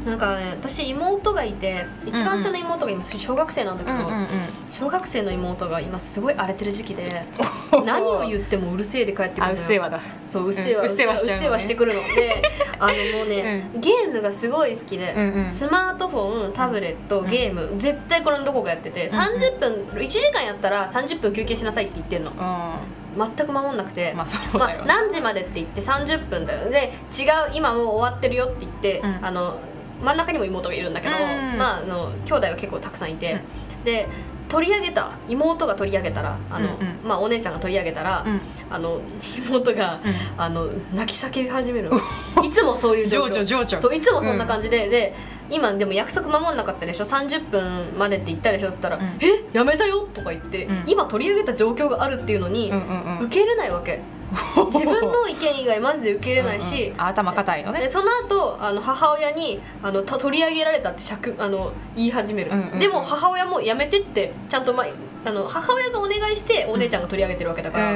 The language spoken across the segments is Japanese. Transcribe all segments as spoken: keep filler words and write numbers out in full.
なんかね、私妹がいて、一番下の妹が今小学生なんだけど、うんうん、小学生の妹が今すごい荒れてる時期で何を言ってもうるせえで帰ってくるんだよ。 あ、うっせえわだ。 そう、うっせえわ、 うっせえわしちゃうのね、 うっせえわしてくるのであのもうね、うん、ゲームがすごい好きで、うんうん、スマートフォン、タブレット、ゲーム、うん、絶対これのどこかやってて、さんじゅっぷん、いちじかんやったらさんじゅっぷん休憩しなさいって言ってんの、うん、全く守んなくて、まあそうだよ、まあ、何時までって言ってさんじゅっぷんだよ。で、違う、今もう終わってるよって言って、うん、あの真ん中にも妹がいるんだけど、うん、まあ、あの兄弟が結構たくさんいて、うん、で取り上げた妹が取り上げたら、あの、うんうん、まあ、お姉ちゃんが取り上げたら、うん、あの妹が、うん、あの泣き叫び始めるいつもそういう状況、情緒情緒、そういつもそんな感じで、うん、で今でも約束守んなかったでしょ、さんじゅっぷんまでって言ったでしょっつったら、うん、えやめたよとか言って、うん、今取り上げた状況があるっていうのに、うんうんうん、受け入れないわけ自分の意見以外マジで受け入れないし、うんうん、頭固いのね。でその後あの母親にあの取り上げられたってしゃくあの言い始める、うんうんうん、でも母親もやめてってちゃんと、まあ、あの母親がお願いしてお姉ちゃんが取り上げてるわけだから、うん、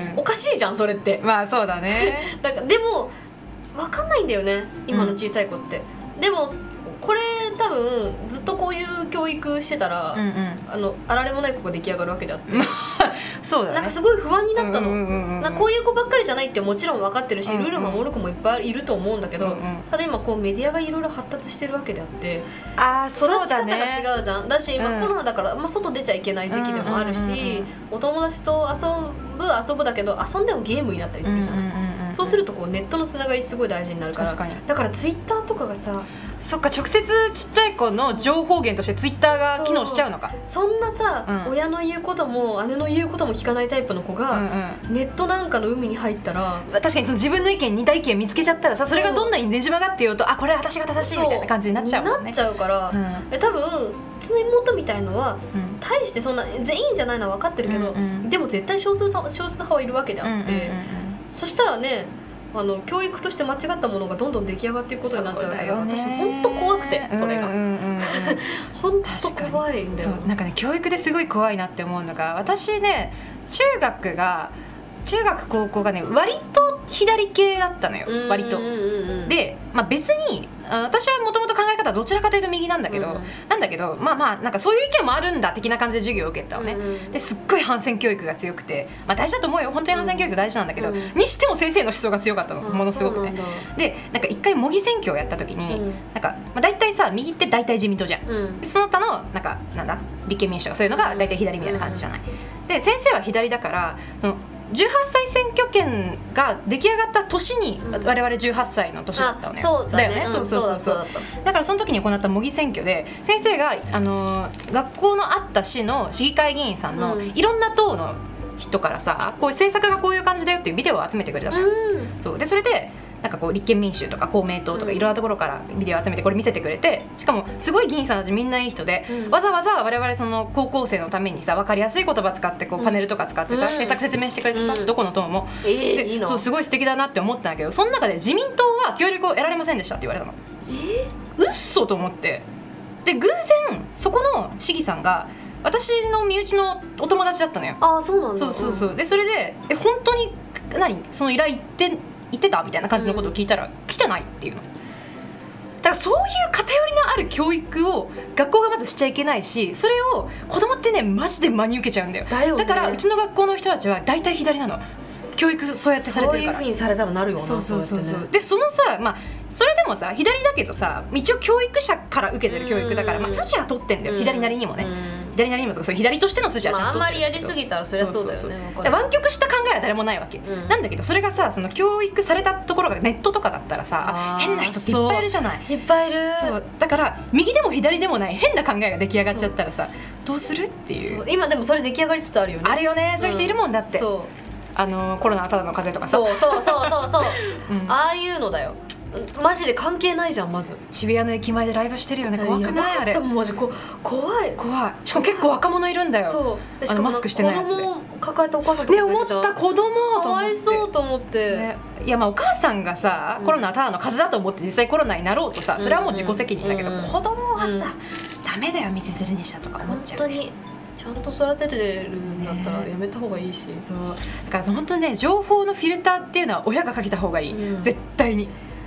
おかしいじゃんそれって。まあそうだねだからでも分かんないんだよね今の小さい子って、うん、でもこれ多分ずっとこういう教育してたら、うんうん、あのあられもない子が出来上がるわけであってそうだね、なんかすごい不安になったの、うんうんうんうん、なんかこういう子ばっかりじゃないってもちろん分かってるし、うんうん、ルール守る子もいっぱいいると思うんだけど、うんうん、ただ今こうメディアがいろいろ発達してるわけであって、あ、育ち方が違うじゃん。だし、まあ、コロナだから、まあ、外出ちゃいけない時期でもあるし、うんうんうんうん、お友達と遊ぶ遊ぶだけど遊んでもゲームになったりするじゃない、うんうんうんうん、そうするとこうネットのつながりすごい大事になるから、確かに。だからツイッターとかがさ、 そっか、直接ちっちゃい子の情報源としてツイッターが機能しちゃうのか。 そ, そんなさ、うん、親の言うことも姉の言うことも聞かないタイプの子が、うんうん、ネットなんかの海に入ったら、 確かにその自分の意見似た意見見つけちゃったらさ、 そ, それがどんなにねじ曲がってようと、あ、これ私が正しいみたいな感じになっちゃうもんね。 なっちゃうから、うん、え多分うちの妹みたいのは、うん、大してそんな全員じゃないのは分かってるけど、うんうん、でも絶対少数少数派はいるわけであって、うんうんうんうん、そしたらね、あの教育として間違ったものがどんどん出来上がっていくことになっちゃうから、私本当怖くて、それが本当怖いんだよ。 そう、なんかね、教育ですごい怖いなって思うのが、私ね、中学が中学高校がね割と左系だったのよ、割と。で、まあ、別に私はもともと考え方はどちらかというと右なんだけど、うん、なんだけどまあまあなんかそういう意見もあるんだ的な感じで授業を受けたのね、うん、ですっごい反戦教育が強くて、まあ、大事だと思うよ、本当に反戦教育大事なんだけど、うん、にしても先生の思想が強かったの、ものすごくね。で、なんか一回模擬選挙をやった時に、うん、なんか、まあ、大体さ右って大体自民党じゃん、うん、でその他のなんかなんだ立憲民主とかそういうのが大体左みたいな感じじゃない、うん、で先生は左だからそのじゅうはっさい選挙権が出来上がった年に、うん、我々じゅうはっさいの年だったのね。 そうだよね。 そうそうそうそう。だからその時に行った模擬選挙で先生が、あのー、学校のあった市の市議会議員さんの、うん、いろんな党の人からさ、こういう政策がこういう感じだよっていうビデオを集めてくれたのよ、うん、そうでそれでなんかこう立憲民主とか公明党とかいろんなところからビデオを集めてこれ見せてくれて、しかもすごい議員さんたちみんないい人で、うん、わざわざ我々その高校生のためにさ分かりやすい言葉使ってこうパネルとか使ってさ、うん、政策説明してくれてさ、うん、どこの党も、えー、でいいのそうすごい素敵だなって思ったんだけど、その中で自民党は協力を得られませんでしたって言われたの。えー、うっそと思って。で偶然そこの市議さんが私の身内のお友達だったのよ。 ああそうなんだ。 そうそうそう。でそれでえ本当に何その依頼って言ってたみたいな感じのことを聞いたら、うん、来てないっていうの。だからそういう偏りのある教育を学校がまずしちゃいけないし、それを子供ってねマジで真に受けちゃうんだよ。だよね。だからうちの学校の人たちは大体左なの。教育そうやってされてるから。 そういう風にされたらなるよな。 そうそうそうそう。でそのさ、まあそれでもさ左だけどさ、一応教育者から受けてる教育だから、まあ筋は取ってんだよ、左なりにもね。左なりにもそう左としての筋はちゃんと取ってるけど、まあ、あんまりやりすぎたらそりゃそうだよね。湾曲した考えは誰もないわけ、うん、なんだけどそれがさその教育されたところがネットとかだったらさ変な人っていっぱいいるじゃない。 いっぱいいる。 そうだから右でも左でもない変な考えが出来上がっちゃったらさどうするっていう。 今でもそれ出来上がりつつあるよね。 あるよね。そういう人いるもんだって、うん、そうあのコロナはただの風邪とかさ。 そうそうそうそうそう、うん、ああいうのだよ。マジで関係ないじゃん。まず渋谷の駅前でライブしてるよね。怖くない？あれマジこ怖い怖い。しかも結構若者いるんだよ。 そうしかもマスクしてないやつで子供抱えたお母さんとかね、思った子供かわいそうと思って、ね、 いやまあお母さんがさ、うん、コロナはただの風邪だと思って実際コロナになろうとさそれはもう自己責任だけど、うんうん、子供はさ、うん、ダメだよ道連れにしちゃとか思っちゃう、ね、 本当にちゃんと育てれるんだったらやめた方がいいし、 ね、そうだから本当にね情報のフィルターっていうのは親がかけた方がいい、うん、絶対に。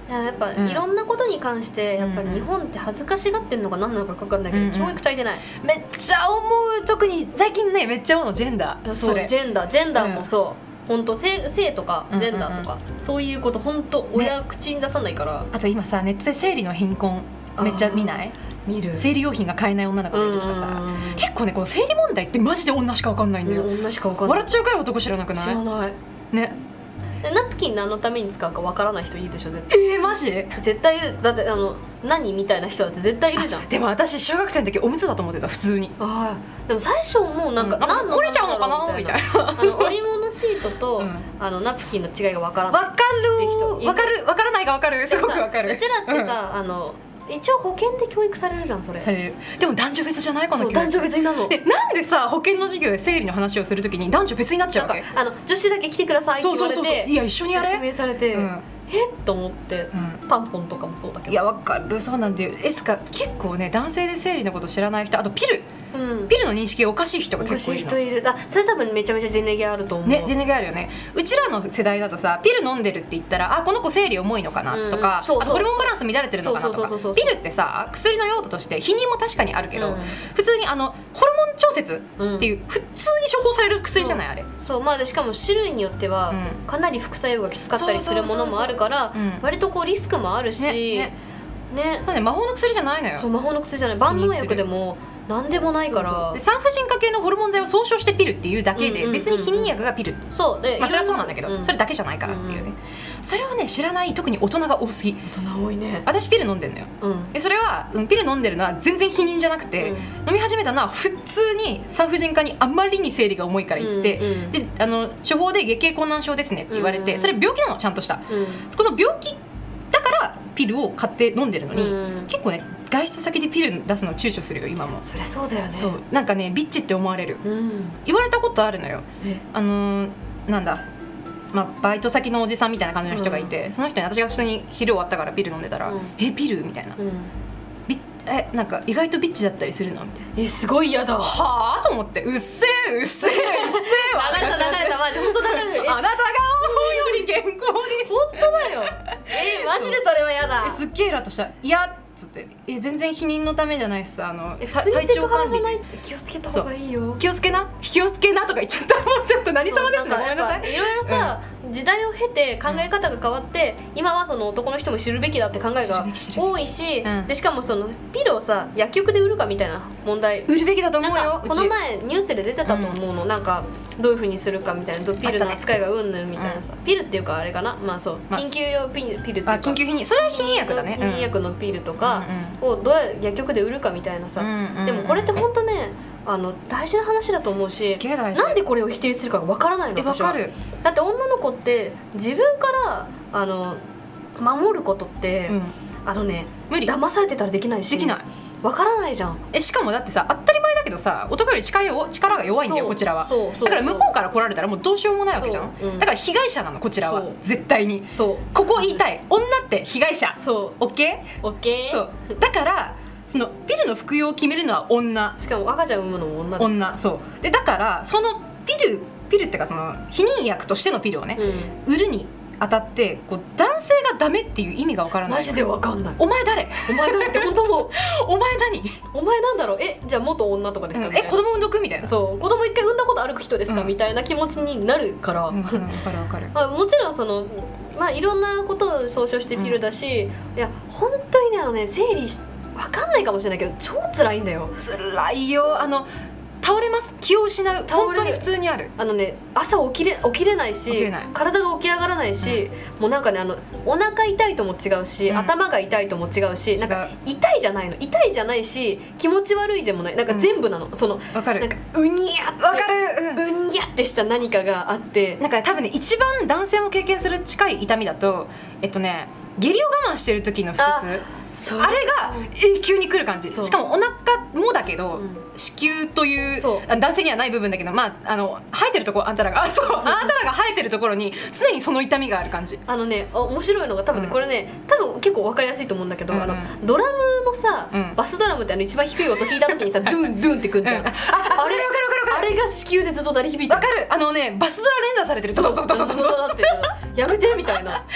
いややっぱ、うん、いろんなことに関してやっぱり日本って恥ずかしがってんのか何なのか分かんないけど、うんうん、教育足りてない。 めっちゃ思う。特に最近ねめっちゃ思うのジェンダー。 そうジェンダージェンダーもそう、本当、性, 性とかジェンダーとか、うんうんうん、そういうこと本当親、ね、口に出さないから。 あと今さネットで生理の貧困めっちゃ見ない？ 見る。 生理用品が買えない女の子がいるとかさ、結構ねこの生理問題ってマジで女しか分かんないんだよ、 うん、女しか分かんない。 笑っちゃうから男知らなくない？ 知らないね。 ナプキン何のために使うか分からない人いるでしょ絶対。 えー、マジ？ 絶対いる。だってあの何みたいな人だって絶対いるじゃん。 でも私小学生の時おむつだと思ってた普通に。 ああでも最初もうなんか、うん、 何の折れちゃうのかなみたいな。 あの織物シートと、うん、あのナプキンの違いが分からない。 分かる分かる分からないが分かる。すごく分かる。 うちらってさ、うん、あの一応保険で教育されるじゃんそれ。 される。でも男女別じゃないこの教育。 そう男女別になるの。 でなんでさ保険の授業で生理の話をするときに男女別になっちゃうわけ？ あの女子だけ来てくださいって言われて、そうそうそうそう、 いや一緒にやれ説明されて、うん、えっと思って、うん、タンポンとかもそうだけど。 いやわかる。そうなんだよ。エスカ結構ね男性で生理のこと知らない人、あとピル、うん、ピルの認識がおかしい人が結構いるの。 おかしい人いる。あそれ多分めちゃめちゃジェネギャあると思うね。ジェネギャあるよね。うちらの世代だとさピル飲んでるって言ったらあこの子生理重いのかなとか、うんうん、あとホルモンバランス乱れてるのかなとか。ピルってさ薬の用途として避妊も確かにあるけど、うん、普通にあのホルモン調節っていう、うん、普通に処方される薬じゃないあれ。 そうまあでしかも種類によっては、うん、かなり副作用がきつかったりするものもあるから割とこうリスクもあるし、ねねね、 そうね、魔法の薬じゃないのよ。 そう魔法の薬じゃない。万能薬でも何でもないから。そうそうで産婦人科系のホルモン剤を総称してピルっていうだけで、うんうんうんうん、別に避妊薬がピル。 そうで、 まあ、それはそうなんだけど、うん、それだけじゃないからっていうね、うん、それをね知らない特に大人が多すぎ。 大人多いね。 私ピル飲んでんのよ、うん、でそれはピル飲んでるのは全然避妊じゃなくて、うん、飲み始めたのは普通に産婦人科にあまりに生理が重いから行って、うんうん、であの処方で月経困難症ですねって言われて、うんうん、それ病気なのちゃんとした、うん、この病気だからピルを買って飲んでるのに、うん、結構ね外出先でピル出すの躊躇するよ今も。 そりゃそうだよね。 そうなんかねビッチって思われる、うん、言われたことあるのよ。あのー、なんだ、まあ、バイト先のおじさんみたいな感じの人がいて、うん、その人に私が普通に昼終わったからピル飲んでたら「うん、えピル?」みたいな、うん、ビえなんか意外とビッチだったりするのみたいな。 えすごい嫌だ。 はあと思って、うっせえうっせえうっせえ流れた流れたマジ本当流れる。 あなたが思うより健康です。 本当だよ。えマジでそれは嫌だ。 えすっげえイラッとした。いやつってえ全然避妊のためじゃないっす。あの普通にセクハラじゃないっす。気をつけた方がいいよ。 気をつけな気をつけなとか言っちゃった。もうちょっと何様ですね。ごめんなさい。 いろいろさ、うん、時代を経て考え方が変わって、うん、今はその男の人も知るべきだって考えが多いし、うん、でしかもそのピルをさ薬局で売るかみたいな問題売るべきだと思うよ。 この前ニュースで出てたと思うの、うん、なんかどういうふうにするかみたいな、ピルの扱いがうんぬんみたいなさ、うん、ピルっていうかあれかな、まあそう、まあ、緊急用ピルっていうか、 あ緊急避妊、それは避妊薬だね。 避妊薬のピルとかをどうや薬局で売るかみたいなさ、うんうんうん、でもこれって本当ねあの大事な話だと思うし、なんでこれを否定するかが分からないの。 え分かる。 だって女の子って自分からあの守ることって、うん、あのね無理。騙されてたらできないし、 できない。 分からないじゃん。 えしかもだってさ当たり前だけどさ男より力よ力が弱いんだよこちらは。そうそうそう、だから向こうから来られたらもうどうしようもないわけじゃん、うん、だから被害者なのこちらは絶対に。そうここ言いたい。女って被害者。そう OK？ OK？ そうだからそのピルの服用を決めるのは女。 しかも赤ちゃん産むのも女です。 女そうでだからそのピルピルっていうかその避妊薬としてのピルをね、うん、売るに当たってこう男性がダメっていう意味がわからない。 マジでわかんない。 お前誰お前誰って本当もうお前何お前なんだろう。えじゃあ元女とかですか、 うん、え子供産んどくみたいな。 そう子供一回産んだことある人ですか、うん、みたいな気持ちになるから、うん、分かる分かるまあもちろんそのまあいろんなことを総称してピルだし、うん、いや本当にねあのね生理し分かんないかもしれないけど超辛いんだよ。 辛いよ。あの倒れます。気を失う。本当に普通にある。あのね朝起きれ起きれないし、ない体が起き上がらないし、うん、もうなんかねあのお腹痛いとも違うし、うん、頭が痛いとも違うし、なんか痛いじゃないの痛いじゃないし気持ち悪いでもない、なんか全部なの、うん、そのわかる。 なんかうにゃってわかる、 うん、うにゃってした何かがあって、 なんか多分ね一番男性も経験する近い痛みだとえっとね下痢を我慢してる時の腹痛。あれが永久に来る感じ。しかもお腹もだけど、うん、子宮という男性にはない部分だけど、まああの生えてるところあんたらがあそうあんたらが生えてるところに常にその痛みがある感じ。 あのね面白いのが多分ね、うん、これね多分結構分かりやすいと思うんだけど、うん、あのドラムのさ、うん、バスドラムってあの一番低い音聞いた時にさドゥンドゥンってくんじゃん、うん、ああれ分かる分かる分かる。あれが子宮でずっと鳴り響いてる。 分かる。あのねバスドラ連打されてる。ドドドドドドドってやめてみたいな。 分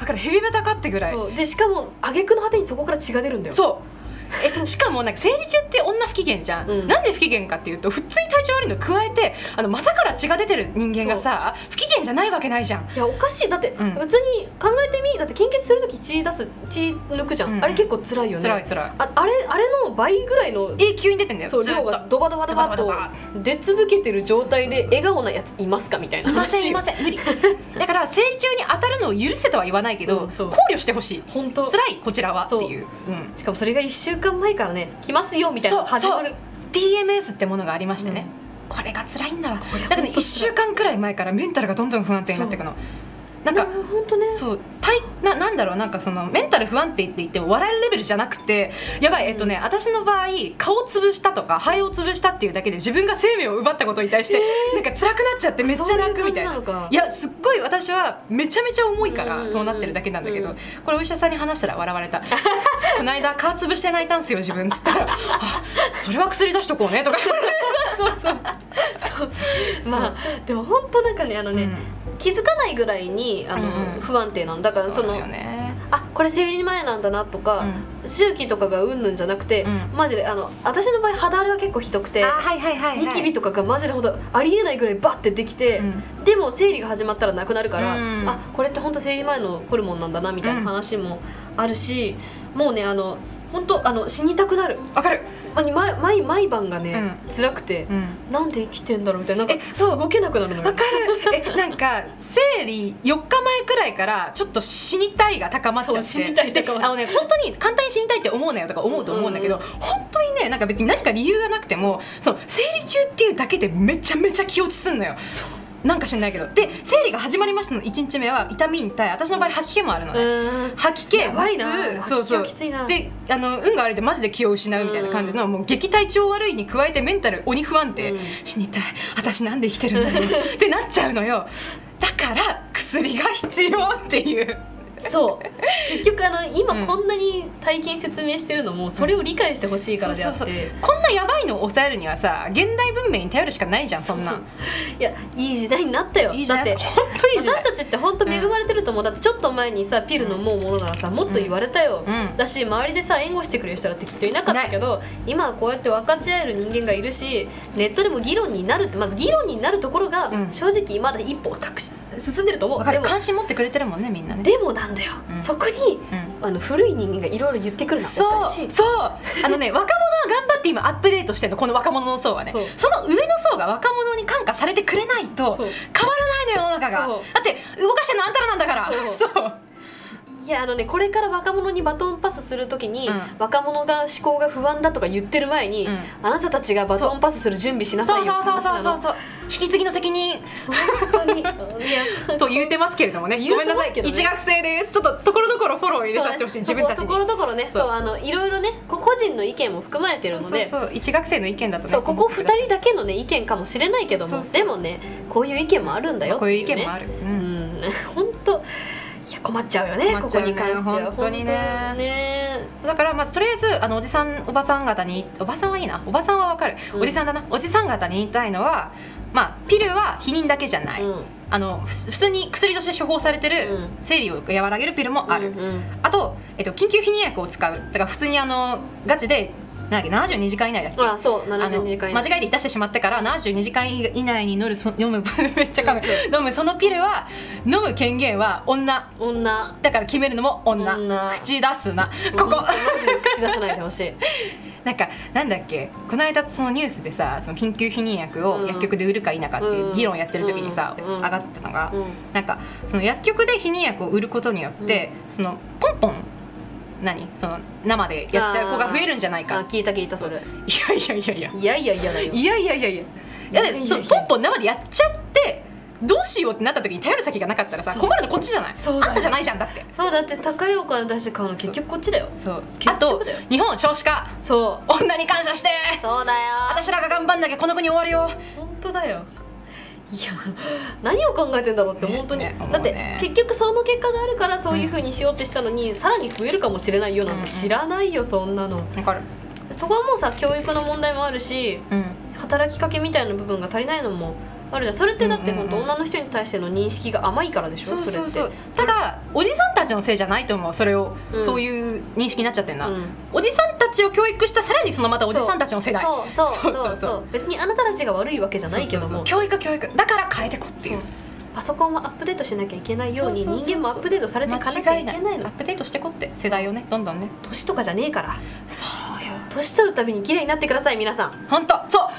からヘビメタかってぐらい。 そうでしかも挙句の果てにそこから血が出るんだよ。 そうえしかもなんか生理中って女不機嫌じゃん、うん、なんで不機嫌かっていうと普通に体調悪いの加えてあの股から血が出てる人間がさ不機嫌じゃないわけないじゃん。 いやおかしい。だって、うん、普通に考えてみ、だって献血するとき血出す血抜くじゃん、うんうん、あれ結構辛いよね。 辛い辛い。 ああれあれの倍ぐらいの永久に出てんだよ。 そう量がドバドバドバっと出続けてる状態で笑顔なやついますかみたいな。 いませんいません無理だから生理中に当たるのを許せとは言わないけど、うん、考慮してほしい。本当辛いこちらはっていう、 うん、しかもそれがいっしゅうかんまえからね来ますよみたいなのが始まる。 ティーエムエス ってものがありましてね、うん、これが辛いんだわ。だからねいっしゅうかんくらい前からメンタルがどんどん不安定になっていくの。なんか本当ね、 そう体 な, なんだろうなんかそのメンタル不安定って言っても笑えるレベルじゃなくてやばい、えっとね、うん、私の場合顔潰したとか肺を潰したっていうだけで自分が生命を奪ったことに対して、えー、なんか辛くなっちゃってめっちゃ泣くみたいな。うういやすっごい私はめちゃめちゃ重いからそうなってるだけなんだけど、うん、これお医者さんに話したら笑われたこの間顔潰して泣いたんすよ自分っつったらあそれは薬出しとこうねとかそうそうそうまあでも本当なんかねあのね、うん気づかないぐらいにあの、うんうん、不安定なのだからそのそね、あこれ生理前なんだなとか、うん、周期とかがうんぬんじゃなくて、うん、マジであの私の場合肌荒れが結構ひどくて、はいはいはいはい、ニキビとかがマジで本当ありえないぐらいバッてできて、うん、でも生理が始まったらなくなるから、うん、あこれって本当生理前のホルモンなんだなみたいな話もあるし、うん、もうねあの本当あの死にたくなる。 わかる。 毎, 毎, 毎晩がね、うん、辛くて、うん、なんで生きてんだろうみたいな、なんかそう動けなくなるのよ。 わかる。えなんか生理よっかまえくらいからちょっと死にたいが高まっちゃって、 死にたい高まっちゃって、 あのね本当に簡単に死にたいって思うなよとか思うと思うんだけど、うんうん、本当にねなんか別に何か理由がなくてもその生理中っていうだけでめちゃめちゃ気落ちすんのよ。なんか知んないけどで生理が始まりましたのいちにちめは痛みに対私の場合吐き気もあるのね。吐き気頭痛そうそうであの運が悪いでマジで気を失うみたいな感じのもう激体調悪いに加えてメンタル鬼不安定、うん、死にたい私なんで生きてるんだろうってなっちゃうのよ。だから薬が必要っていうそう結局あの今こんなに体験説明してるのもそれを理解してほしいからであって、 こんなやばいのを抑えるにはさ現代文明に頼るしかないじゃん。そんなんいやいい時代になったよ。 いい時代だって本当いい時代私たちって本当恵まれてると思う、うん、だってちょっと前にさピル飲もうものならさもっと言われたよ、うん、だし周りでさ援護してくれる人だってきっといなかったけど今はこうやって分かち合える人間がいるしネットでも議論になるってまず議論になるところが正直まだ一歩進んでると思う。 でも関心持ってくれてるもんねみんなね。 でもなんだよ、うん、そこに、うん、あの古い人間がいろいろ言ってくるのはおかしい。 そうそうあのね若者は頑張って今アップデートしてるのこの若者の層はね。 そ, その上の層が若者に感化されてくれないと変わらないのよ世の中が。だって動かしてるのあんたらなんだから。そうそういやあのねこれから若者にバトンパスするときに、うん、若者が思考が不安だとか言ってる前に、うん、あなたたちがバトンパスする準備しなさいよって話なの。 そうそうそうそうそう引き継ぎの責任本当にいやと言うてますけれどもね。ごめんなさい、一学生です。ちょっとところどころフォロー入れさせてほしい、自分たちに。 ところどころねそうあのいろいろね個人の意見も含まれてるので、 そうそうそう一学生の意見だとねそうここふたりだけのね意見かもしれないけども、そうそうそうでもねこういう意見もあるんだよっていう、ね、 こういう意見もある。うん本当いや困っちゃうよね、ここに関しては本当に ね, ねだからまずとりあえずあのおじさんおばさん方におばさんはいいなおばさんはわかる、うん、おじさんだなおじさん方に言いたいのは、まあ、ピルは避妊だけじゃない、うん、あの普通に薬として処方されてる、うん、生理を和らげるピルもある、うんうん、あと、えっと、緊急避妊薬を使うだから普通にあのガチでなんだっけななじゅうにじかん以内だっけ。 あそうななじゅうにじかん以内間違いで出してしまってからななじゅうにじかん以内に飲む飲むめっちゃ噛む飲むそのピルは飲む権限は女女だから決めるのも 女, 女口出すなここ口出さないでほしいなんかなんだっけこの間そのニュースでさその緊急避妊薬を薬局で売るか否かっていう議論やってる時にさ、うん、上がったのが、うん、なんかその薬局で避妊薬を売ることによって、うん、そのポンポン何その生でやっちゃう子が増えるんじゃないか。 あ聞いた聞いたそれ。いやいやいやいやいやいやいやだよ。 いやいやいやいやだってそのポンポン生でやっちゃってどうしようってなった時に頼る先がなかったらさ困るのこっちじゃない。そうあんたじゃないじゃんだって。 そうだって高いお金出して買うの結局こっちだよ。 そうあと日本少子化。 そう女に感謝して。 そうだよ私らが頑張んなきゃこの国終わるよ。 本当だよ。いや何を考えてんだろうって本当に、ねね、だって結局その結果があるからそういう風にしようってしたのに、うん、さらに増えるかもしれないよなんて知らないよ、うんうん、そんなの。分かる。そこはもうさ教育の問題もあるし、うん、働きかけみたいな部分が足りないのもあるじゃん。それってだって本当女の人に対しての認識が甘いからでしょ。 そうそうそう。 それってただおじさんたちのせいじゃないと思う。それを、うん、そういう認識になっちゃってんな、うん、おじさんたちを教育したさらにそのまたおじさんたちの世代。 そうそうそうそうそう。別にあなたたちが悪いわけじゃないけども、そうそうそう、 教育教育だから変えてこっていう。 パソコンはアップデートしなきゃいけないように人間もアップデートされていかなきゃいけないの。 アップデートしてこって世代をね、どんどんね。 年とかじゃねえから。 そうよ。 年取るたびに綺麗になってください皆さん。 本当そう、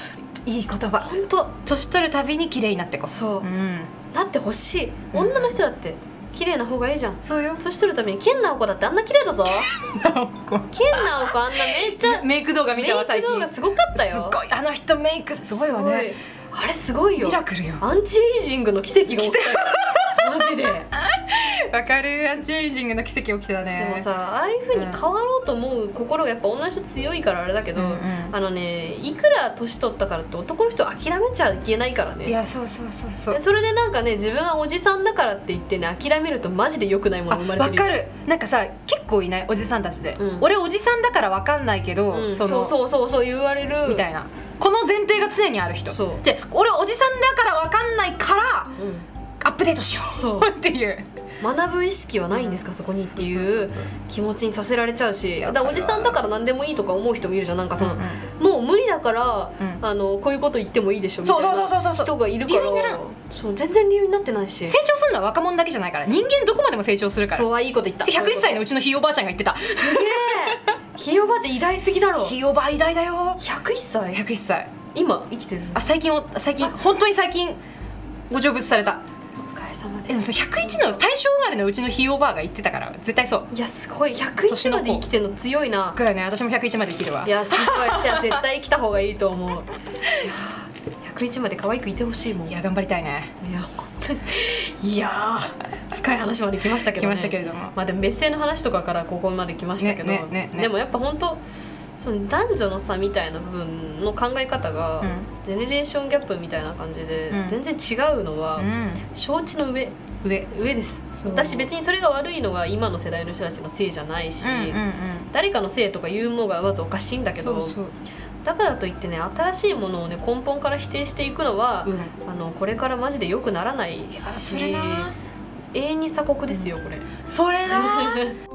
いい言葉。 本当年取るたびに綺麗になってこう。 そう、うん、なってほしい。 うん、 女の人だって綺麗な方がいいじゃん。 そうよ。 年取るたびに健直子だってあんな綺麗だぞ。健直子あんなめっちゃメイク動画見たわ最近。 メイク動画すごかったよ。 すごい、あの人メイクすごいわね。 あれすごいよ。 ミラクルよ。 アンチエイジングの奇跡が起きたよ。マジでわかる。アンチエイジングの奇跡起きてたね。 でもさ、ああいう風に変わろうと思う心がやっぱ女の人強いからあれだけど、うんうん、あのね、いくら年取ったからって男の人諦めちゃいけないからね。 いや、そうそうそうそう。 それでなんかね、自分はおじさんだからって言ってね諦めるとマジで良くないもの生まれてるよ。 わかる。なんかさ、結構いないおじさんたちで、うん、俺おじさんだからわかんないけど、 うん、そのそうそうそうそう言われるみたいな、この前提が常にある人。そうで、俺おじさんだからわかんないから、うん、アップデートしようそうっていう学ぶ意識はないんですか、うん、そこにっていう気持ちにさせられちゃうし、だからおじさんだから何でもいいとか思う人もいるじゃん。なんかその、うんうん、もう無理だから、うん、あのこういうこと言ってもいいでしょみたいな人がいるから、そう全然理由になってないし。 成長するのは若者だけじゃないから、人間どこまでも成長するから。 そうはいいこと言った。 ひゃくいっさいのうちのひいおばあちゃんが言ってた。 すげえ。ひいおばあちゃん偉大すぎだろ。 ひいおばあ偉大だよ。 ひゃくいっさい。 ひゃくいっさい。 今生きてる。 あ、最近最近本当に最近ご成仏された。 お疲れ様です。 でもひゃくいちの大正生まれのうちのひいおばあが言ってたから絶対そう。 いやすごい、ひゃくいちまで生きてるの強いな。 すごいよね。私もひゃくいちまで生きるわ。 いやすごい。じゃあ絶対生きた方がいいと思う。いやひゃくいちまで可愛くいてほしいもん。 いや頑張りたいね。 いや本当にいや深い話まで来ましたけどね。 来ましたけれども、 まあでも別姓の話とかからここまで来ましたけど、ねねねね、でもやっぱ本当その男女の差みたいな部分の考え方が、うん、ジェネレーションギャップみたいな感じで、うん、全然違うのは、うん、承知の上上上です。私別にそれが悪いのが今の世代の人たちのせいじゃないし、うんうんうん、誰かのせいとか言うのがまずおかしいんだけど、そうそう、だからといってね、新しいものをね根本から否定していくのは、うん、あのこれからマジで良くならないし、 それな永遠に鎖国ですよ、これ。 それな